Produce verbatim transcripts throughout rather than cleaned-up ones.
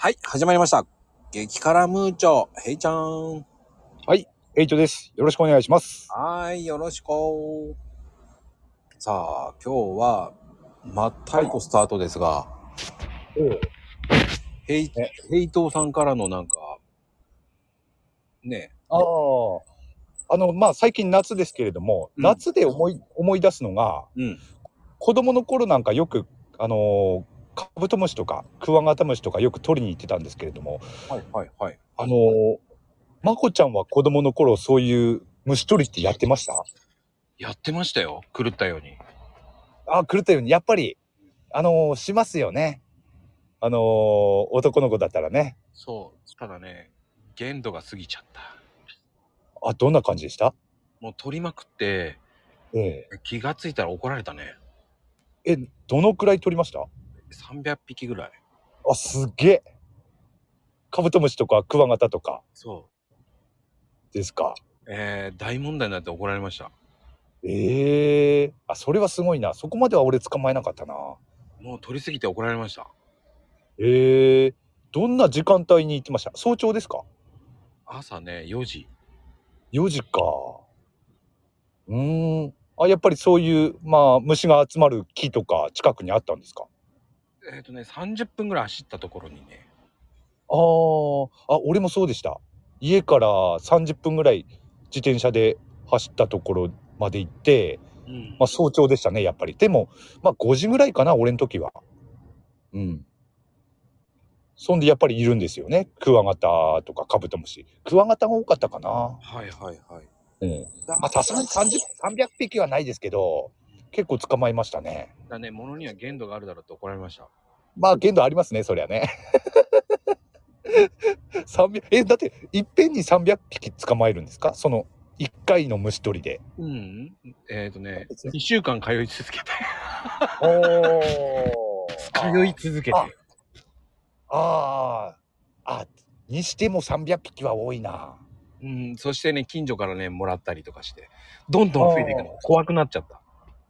はい、始まりました。激辛ムーチョ、ヘイちゃん。 はい、エイトです。よろしくお願いします。 はーい、よろしく。さあ、今日は、まったりとスタートですが、 おうヘイ、 ね、 ヘイトーさんからのなんか、ね、 ああ、あの、まあ、最近夏ですけれども、 うん、 夏で思い、思い出すのが、 うん、 子供の頃なんかよく、あのーカブトムシとかクワガタムシとかよく取りに行ってたんですけれども、 はいはいはい。 あのーまこちゃんは子供の頃そういう虫取りってやってました？ やってましたよ、狂ったように。 あ、狂ったように、やっぱり、あのーしますよね。あのー男の子だったらね。 そう、ただね、限度が過ぎちゃった。 あ、どんな感じでした？ もう取りまくって、 え気がついたら怒られたね。 え。え、どのくらい取りました？ さんびゃくぴきぐらい。 あ、すっげえ。カブトムシとかクワガタとかそですか。 う。えー、大問題になって怒られました。 ええ、あ、それはすごいな。そこまでは俺捕まえなかったな。 もう取りすぎて怒られました。 ええ、どんな時間帯に行ってました？早朝ですか？ 朝ね、よじ。 よじか。うーん。あ、やっぱりそういう、まあ、虫が集まる木とか近くにあったんですか？ えっとね、さんじゅっぷんぐらい走ったところにね、 ああ、あ、俺もそうでした。家からさんじゅっぷんぐらい自転車で走ったところまで行って、 うん。 まあ、早朝でしたね、やっぱり。でも、まあ、ごじぐらいかな、俺ん時は。うん。そんでやっぱりいるんですよね。クワガタとかカブトムシ。クワガタが多かったかな。 はいはいはい。 うん。 だ、 まあさすがにさんじゅう、さんびゃくぴきはないですけど、結構捕まえましたね。 だね、物には限度があるだろうって怒られました。 まあ限度ありますね、そりゃね。さんびゃく、え、だっていっぺんにさんびゃくぴき捕まえるんですか？そのいっかいの虫取りで。 うん。えっとね、 別に。 にしゅうかん通い続けて。 おー。 通い続けあて。 あ、ああ、あ、にしてもさんびゃくぴきは多いな。 うん、そしてね、近所からね、もらったりとかして、どんどあん増えていくの。 あ。 怖くなっちゃった。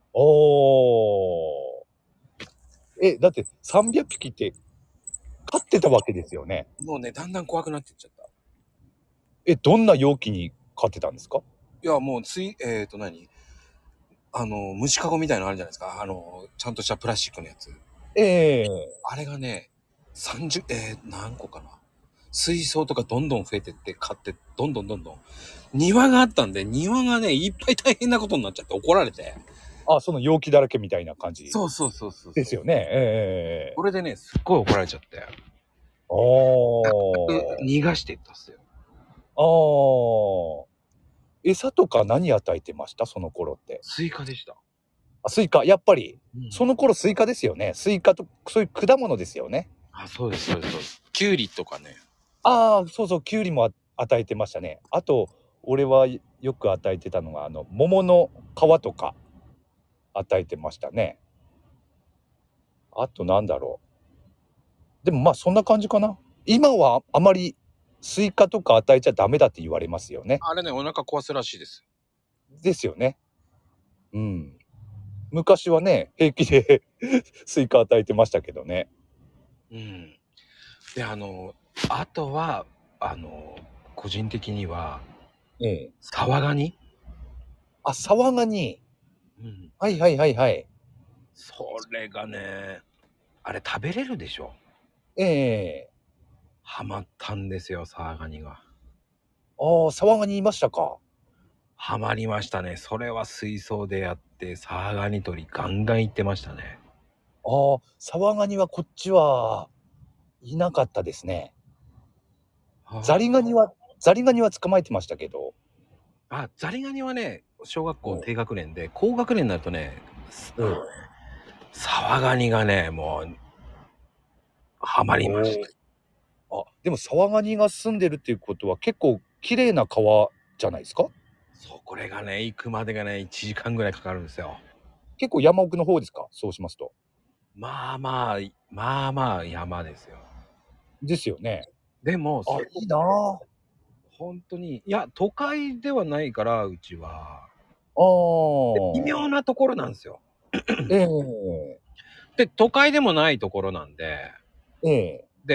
おー。え、だってさんびゃくぴきって飼ってたわけですよね。 もうね、だんだん怖くなっていっちゃった。 え、どんな容器に飼ってたんですか？ いや、もうつい、えっと何あの、虫かごみたいなのあるじゃないですか。あの、ちゃんとしたプラスチックのやつ。 ええ。 あれがね、さんじゅう、えー、何個かな。水槽とかどんどん増えてって買って、どんどんどんどん。庭があったんで、庭がね、いっぱい大変なことになっちゃって怒られて。 あ、その容器だらけみたいな感じそうそうそうそうそう。 ですよね。ええ。 これでね、すっごい怒られちゃって。 ああ。 逃がしていったっすよ。 ああ。餌とか何与えてました？その頃って。 スイカでした。 あ、スイカ、やっぱり。 うん。 その頃スイカですよね。スイカと、そういう果物ですよね。 あ、そうです、そうです、そうです。キュウリとかね。 ああ、そうそう、キュウリもあ与えてましたね。あと、俺はよく与えてたのが、あの、桃の皮とか与えてましたね。あとなんだろう。でもまあそんな感じかな。今はあまりスイカとか与えちゃダメだって言われますよね。 あれね、お腹壊すらしいです。 ですよね。うん。昔はね、平気でスイカ与えてましたけどね。 うん。で、あの、あとは、あの、個人的には、 ええ。 サワガニ。 あ、サワガニ。 うん。 はいはいはいはい。 それがね、あれ食べれるでしょ。 ええ。 ハマったんですよ、サワガニが。 ああ、サワガニいましたか。 ハマりましたね。それは水槽でやって、サワガニ取りガンガン行ってましたね。 ああ、サワガニはこっちはいなかったですね。ザはリガニはザリガニは捕まえてましたけど。 あ、あ、ザリガニはね、小学校うん。 低学年で、高学年になるとね、すあのね、 ええ。 サワガニがね、もう、ハマりました。 おお。あ、でもサワガニが住んでるっていうことは結構綺麗な川じゃないですか？ そう、これがね、行くまでがね、いちじかんぐらいかかるんですよ。 結構山奥の方ですか？そうしますと。 まあまあ、まあまあ山ですよ。 ですよね。 でも、 あ、 そこ、 いいなあ。 本当に、いや、都会ではないから、うちは。 あ微妙あ。 なところなんですよ。 ええ。 で、都会でもないところなんで、 ええ。 で、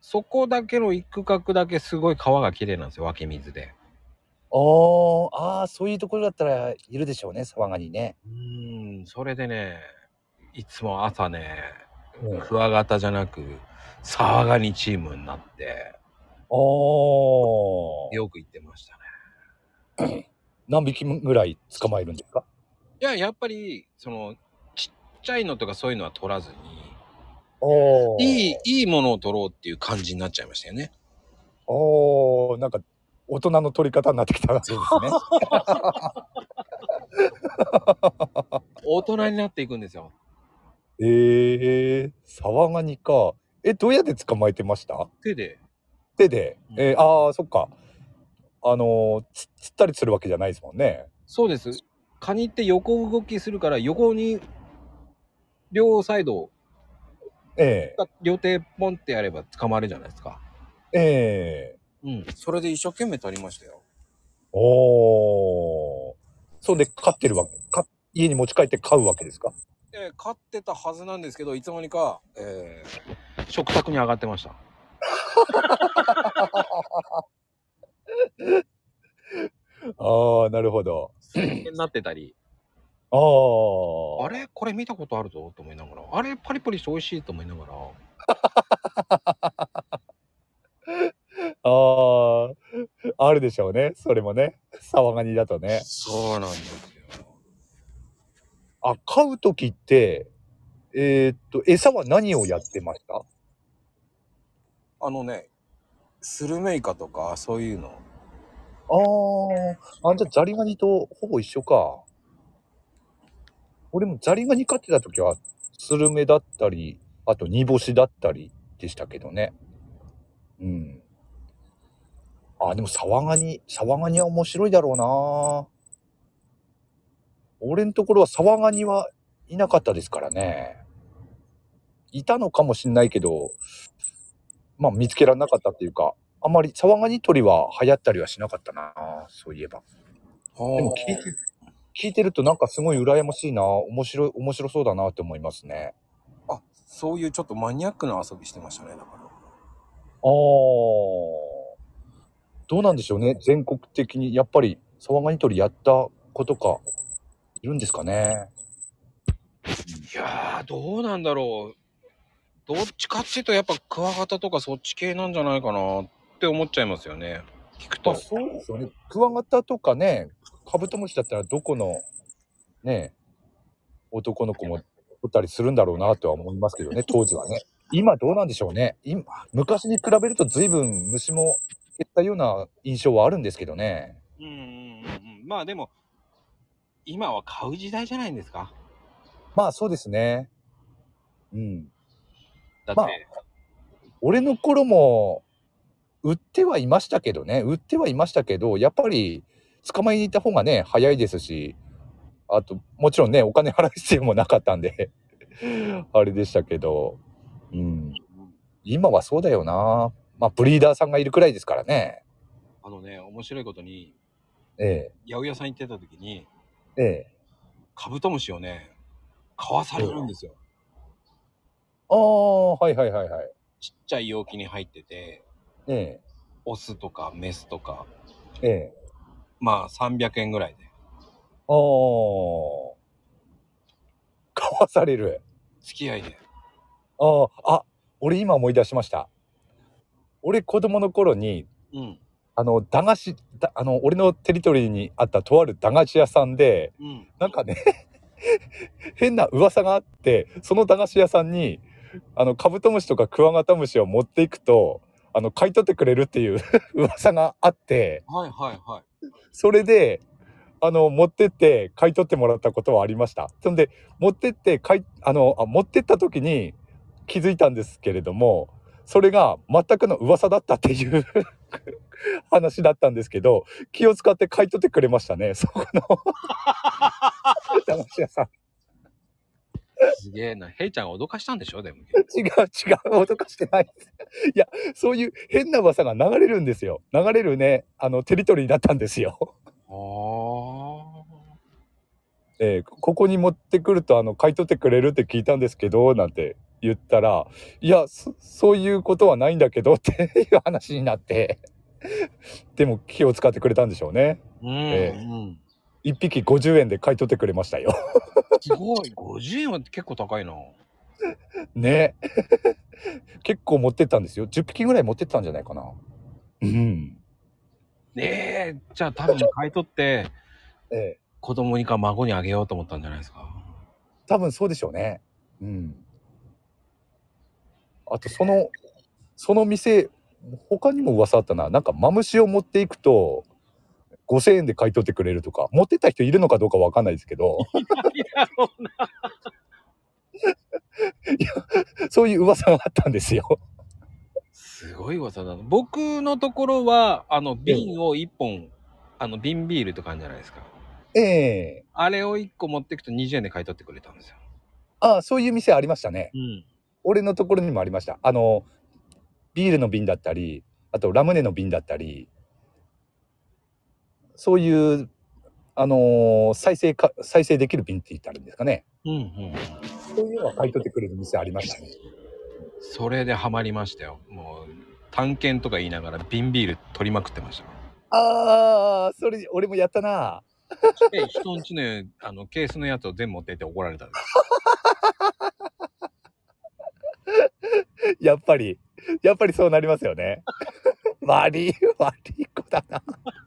そこだけの一区画だけすごい川が綺麗なんですよ、湧き水で。 あーあー、そういうところだったらいるでしょうね、沢ガニね。 うーん、それでね、いつも朝ね、 うん、 クワガタじゃなく、サワガニチームになって、 あーよく行ってましたね。 何匹ぐらい捕まえるんですか？ いや、やっぱり、その、ちっちゃいのとかそういうのは取らずに、 おいい、いいものを取ろうっていう感じになっちゃいましたよね。 おー、なんか大人の取り方になってきたわけですね。 大人になっていくんですよ。 ええー、沢ガニか。え、どうやって捕まえてました？ 手で。 手で。 うん、 えー、ああ、そっか。あのー、つ釣ったりするわけじゃないですもんね。 そうです。カニって横動きするから横に両サイドえ両手ポンってやれば捕まるじゃないですか。 えええうん。それで一生懸命取りましたよ。 おー。そんで飼ってるわけか、家に持ち帰って飼うわけですか？ えー飼ってたはずなんですけど、いつの間にか、えー食卓に上がってました。 ああ、なるほど。 水になってたり、 ああ。 あれこれ見たことあるぞと思いながら、あれパリパリして美味しいと思いながら、 ああ、あるでしょうね。それもね。沢ガニだとね。 そうなんですよ。 あ、飼うときって、えーっと、餌は何をやってました？ あのね、スルメイカとかそういうの。 ああ、あ、じゃあザリガニとほぼ一緒か。俺もザリガニ飼ってた時は、スルメだったり、あと煮干しだったりでしたけどね。うん。あ、でもサワガニ、サワガニは面白いだろうな。俺んところはサワガニはいなかったですからね。いたのかもしんないけど、まあ見つけられなかったっていうか、あんまりサワガニ取りは流行ったりはしなかったな。そういえば。でも聞いて、聞いてるとなんかすごい羨ましいな。面白い、面白そうだなって思いますね。 あ、そういうちょっとマニアックな遊びしてましたね、だから。 ああ、どうなんでしょうね。全国的にやっぱりサワガニ取りやった子とかいるんですかね。 いやー、どうなんだろう。どっちかっていうとやっぱクワガタとかそっち系なんじゃないかなって思っちゃいますよね。聞くまあと。 そうですよね。クワガタとかね、カブトムシだったらどこのね、男の子も取ったりするんだろうなとは思いますけどね、当時はね。今どうなんでしょうね。今昔に比べると随分虫も減ったような印象はあるんですけどね。 うんうんうんうん。まあでも、今は買う時代じゃないんですか。 まあそうですね。うん。まあ、 だって、 俺の頃も売ってはいましたけどね、売ってはいましたけど、やっぱり捕まえに行った方がね、早いですし、あと、もちろんね、お金払う必要もなかったんであれでしたけど、うん。今はそうだよな。まあ、ブリーダーさんがいるくらいですからね。 あのね、面白いことに、 ええ、 八百屋さん行ってた時に、 ええ、 カブトムシをね、買わさええ。 れるんですよ。 ああ、はいはいはいはい。 ちっちゃい容器に入ってて、 ええ、 オスとかメスとか、 ええ。 まあさんびゃくえんぐらいで。 ああ、買わされる。 付き合いで。 ああ、あ、俺今思い出しました。俺子供の頃に、 うん。 あの、駄菓子、だあの、俺のテリトリーにあったとある駄菓子屋さんで、 うん。 なんかね変な噂があって、その駄菓子屋さんに、あの、カブトムシとかクワガタムシを持っていくと、あの、買い取ってくれるっていう噂があって、 はいはいはい。 それで、あの、持ってって買い取ってもらったことはありました。そんで、持ってって買い、あの、あ、持ってった時に気づいたんですけれども、それが全くの噂だったっていう話だったんですけど、気を使って買い取ってくれましたね、そこの駄菓子屋さん。 すげえな。ヘイちゃん脅かしたんでしょでも。 違う違う、脅かしてないです。いや、そういう変な噂が流れるんですよ。流れるね、あの、テリトリーだったんですよ。 ああ。 えーここに持ってくると、あの、買い取ってくれるって聞いたんですけど、なんて言ったら、いや、そそういうことはないんだけどっていう話になって、でも気を使ってくれたんでしょうね。 うん、 ええうん。 いっぴきごじゅうえんで買い取ってくれましたよ。 すごい。ごじゅうえんは結構高いな。 ね。結構持ってったんですよ。じゅっぴきぐらい持ってったんじゃないかな。うん。 ええじゃあ多分買い取って、 ええ子供にか孫にあげようと思ったんじゃないですか。 多分そうでしょうね。うん。あとそのその店、他にも噂あったな。なんかマムシを持っていくとごせんえんで買い取ってくれるとか、持ってった人いるのかどうかわかんないですけど、 いやろうな。 そういう噂があったんですよ。 すごい噂だな。僕のところは、あの、 ええ。 瓶をいっぽん、あの、瓶ビールとかあるじゃないですか。 ええ。 あれをいっこ持っていくとにじゅうえんで買い取ってくれたんですよ。 ああ、そういう店ありましたね。 うん。 俺のところにもありました。あの、ビールの瓶だったり、あとラムネの瓶だったり、そういう、あのー再生か再生できる瓶って言ったらいいんですかね。 うんうん。 そういうのは買い取ってくれる店ありましたね。 それでハマりましたよ。もう、探検とか言いながら瓶ビール取りまくってました。 ああ、それ俺もやったな。 で、人んちの、あの、ケースのやつを全部持ってって怒られたんです。 やっぱり、やっぱりそうなりますよね。悪い、悪い子だな。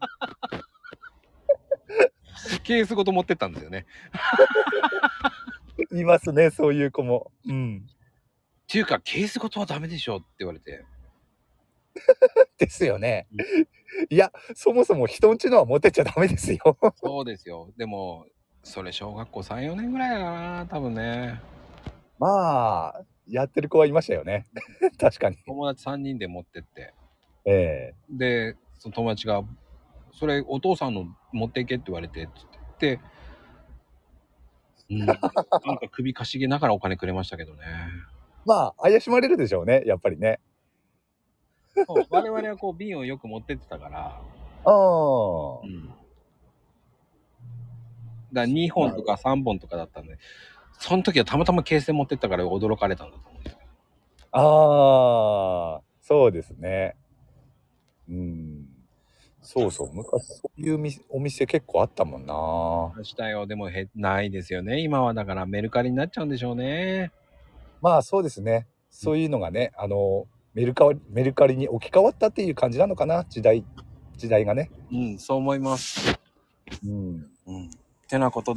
ケースごと持ってったんですよね。 いますね、そういう子も。うん。 っていうか、ケースごとはダメでしょって言われて。 ですよね。 うんいや、そもそも人んちのは持ってっちゃダメですよ。 そうですよ。でも、それ小学校さん、よねんぐらいだな、多分ね。 まあ、やってる子はいましたよね。確かに。 友達さんにんで持ってって。 ええで、その友達が、それお父さんの持っていけって言われて、つって言って、うん。なんか首かしげながらお金くれましたけどね。 まあ、怪しまれるでしょうね、やっぱりね。 そう、我々はこう瓶をよく持ってってたから、 ああ。 うん。だからにほんとかさんぼんとかだったんで、その時はたまたまケースで持ってったから驚かれたんだと思うんですよ。 ああ、そうですね。うん。そうそう、昔そういうみお店結構あったもんな。 ましたよ。でもへないですよね。今はだからメルカリになっちゃうんでしょうね。 まあ、そうですね。そういうのがね、あの、メルカリメルカリに置き換わったっていう感じなのかな、時代時代がね。 うん、そう思います。 うん。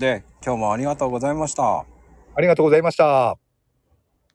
うん。てなことで、今日もありがとうございました。 ありがとうございました。